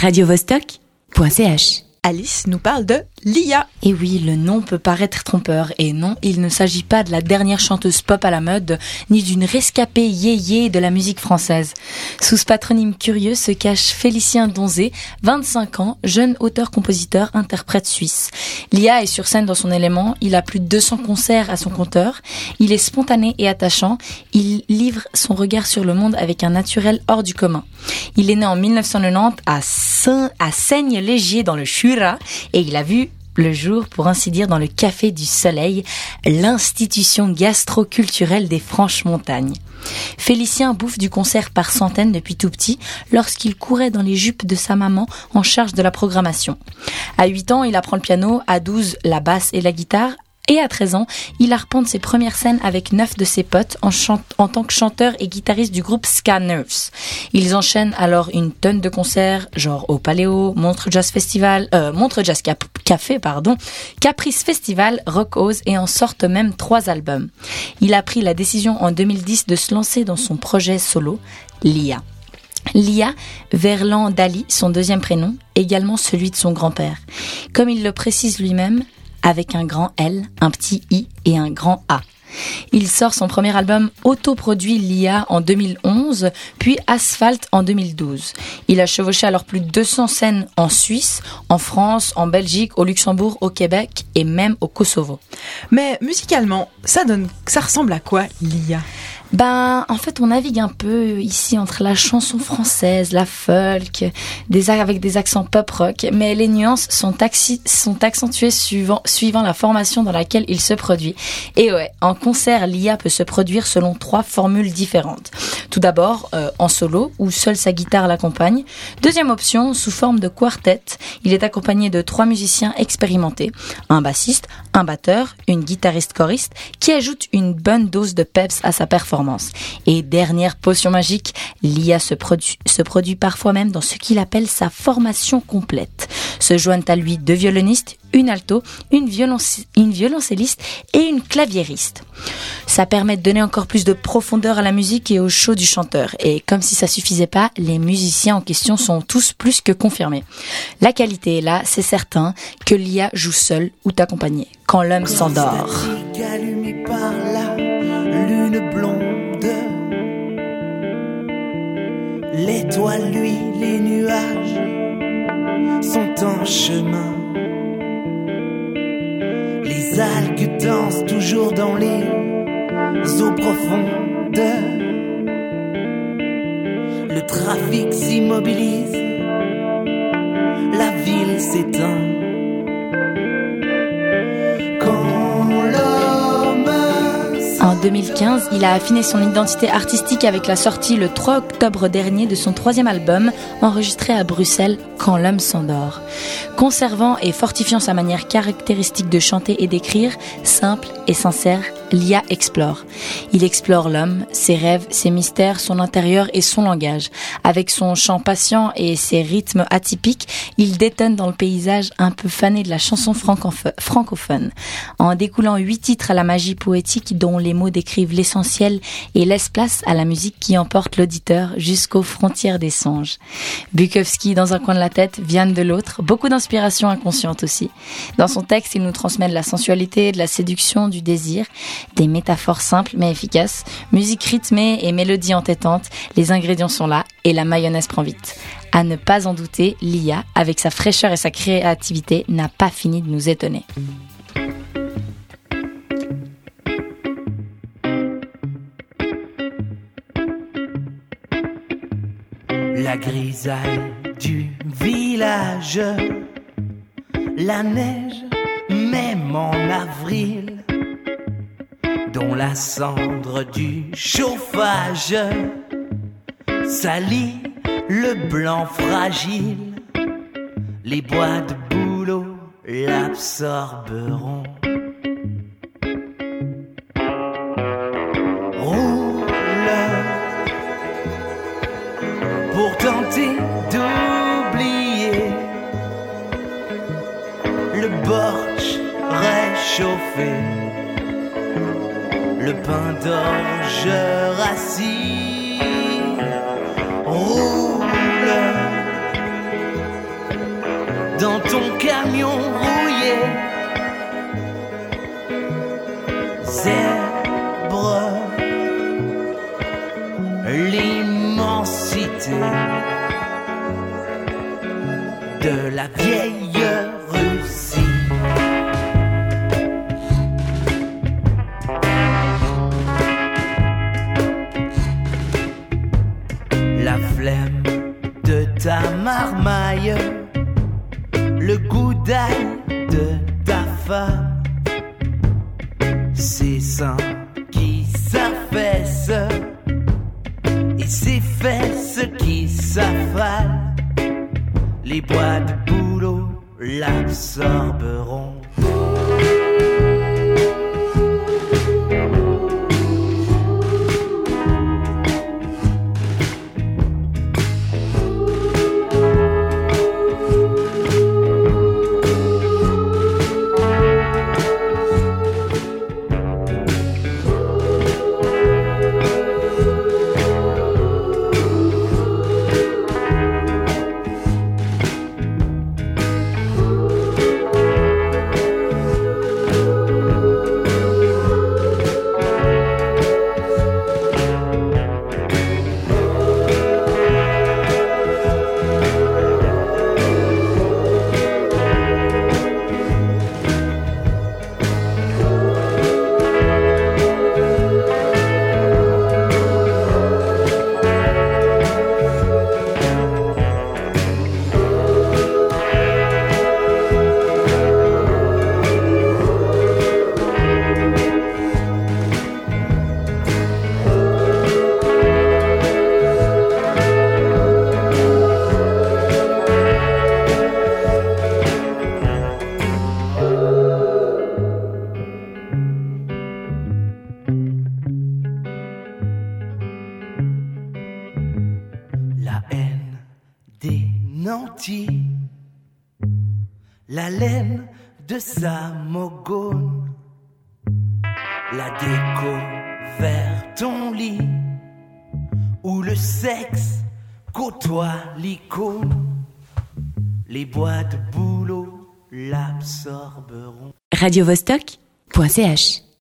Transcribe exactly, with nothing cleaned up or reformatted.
radio vostok point c h. Alice nous parle de Lia. Et oui, le nom peut paraître trompeur. Et non, il ne s'agit pas de la dernière chanteuse pop à la mode, ni d'une rescapée yéyé de la musique française. Sous ce patronyme curieux se cache Félicien Donzé, vingt-cinq ans, jeune auteur-compositeur, interprète suisse. Lia est sur scène dans son élément, il a plus de deux cents concerts à son compteur, il est spontané et attachant, il livre son regard sur le monde avec un naturel hors du commun. Il est né en mille neuf cent quatre-vingt-dix à, Saint- à Seigne-Légier dans le Jura, et il a vu le jour, pour ainsi dire, dans le Café du Soleil, l'institution gastro-culturelle des Franches-Montagnes. Félicien bouffe du concert par centaines depuis tout petit, lorsqu'il courait dans les jupes de sa maman en charge de la programmation. À huit ans, il apprend le piano, à douze, la basse et la guitare, et à treize ans, il arpente ses premières scènes avec neuf de ses potes en, chant- en tant que chanteur et guitariste du groupe Ska Nerves. Ils enchaînent alors une tonne de concerts, genre au Paléo, Montreux Jazz Festival, euh, Montreux Jazz Cap- Café, pardon, Caprice Festival, Rock Oz, et en sortent même trois albums. Il a pris la décision en deux mille dix de se lancer dans son projet solo, Lia. Lia Verlan Dali, son deuxième prénom, également celui de son grand-père. Comme il le précise lui-même, avec un grand L, un petit I et un grand A. Il sort son premier album autoproduit Lia en deux mille onze, puis Asphalt en deux mille douze. Il a chevauché alors plus de deux cents scènes en Suisse, en France, en Belgique, au Luxembourg, au Québec et même au Kosovo. Mais musicalement, ça donne, ça ressemble à quoi, Lia ? Ben, en fait, on navigue un peu ici entre la chanson française, la folk, des, avec des accents pop-rock, mais les nuances sont, axi, sont accentuées suivant, suivant la formation dans laquelle il se produit. Et ouais, en concert, Lia peut se produire selon trois formules différentes. Tout d'abord, euh, en solo, où seule sa guitare l'accompagne. Deuxième option, sous forme de quartet. Il est accompagné de trois musiciens expérimentés. Un bassiste, un batteur, une guitariste choriste, qui ajoute une bonne dose de peps à sa performance. Et dernière potion magique, Lia se produit, se produit parfois même dans ce qu'il appelle sa formation complète. Se joignent à lui deux violonistes, une alto, une, violonc- une violoncelliste et une claviériste. Ça permet de donner encore plus de profondeur à la musique et au show du chanteur. Et comme si ça suffisait pas, les musiciens en question sont tous plus que confirmés. La qualité est là, c'est certain, que Lia joue seule ou accompagnée. Quand l'homme s'endort. Allumé par la lune blonde, l'étoile, lui, les nuages sont en chemin. Les algues dansent toujours dans les eaux profondes. Le trafic s'immobilise, la ville s'éteint. Quand l'homme En deux mille quinze, il a affiné son identité artistique avec la sortie le trois octobre dernier de son troisième album, enregistré à Bruxelles, Quand l'homme s'endort. Conservant et fortifiant sa manière caractéristique de chanter et d'écrire, simple et sincère, Lia explore. Il explore l'homme, ses rêves, ses mystères, son intérieur et son langage. Avec son chant patient et ses rythmes atypiques, il détonne dans le paysage un peu fané de la chanson francophone. En découlant huit titres à la magie poétique dont les mots décrivent l'essentiel et laissent place à la musique qui emporte l'auditeur jusqu'aux frontières des songes. Bukowski dans un coin de la tête, Vianne de l'autre, beaucoup d'inspiration inconsciente aussi. Dans son texte, il nous transmet de la sensualité, de la séduction, du désir, des métaphores simples mais efficaces, musique rythmée et mélodie entêtante, les ingrédients sont là et la mayonnaise prend vite. À ne pas en douter, Lia, avec sa fraîcheur et sa créativité, n'a pas fini de nous étonner. La grisaille du village, la neige, même en avril, dont la cendre du chauffage salit le blanc fragile. Les bois de bouleau l'absorberont. Pour tenter d'oublier le bortsch réchauffé, le pain d'orge rassis. Roule dans ton camion rouillé. Zèbre, l'immensité de la vieille Russie. La flemme de ta marmaille, le goût d'ail de ta femme, ses seins qui s'affaissent et ses fesses qui s'affalent, les bois de boulot l'absorberont. La haine des nantis, la laine de sa mogone, la déco vers ton lit, où le sexe côtoie l'icône, les bois de boulot l'absorberont. radio vostok point c h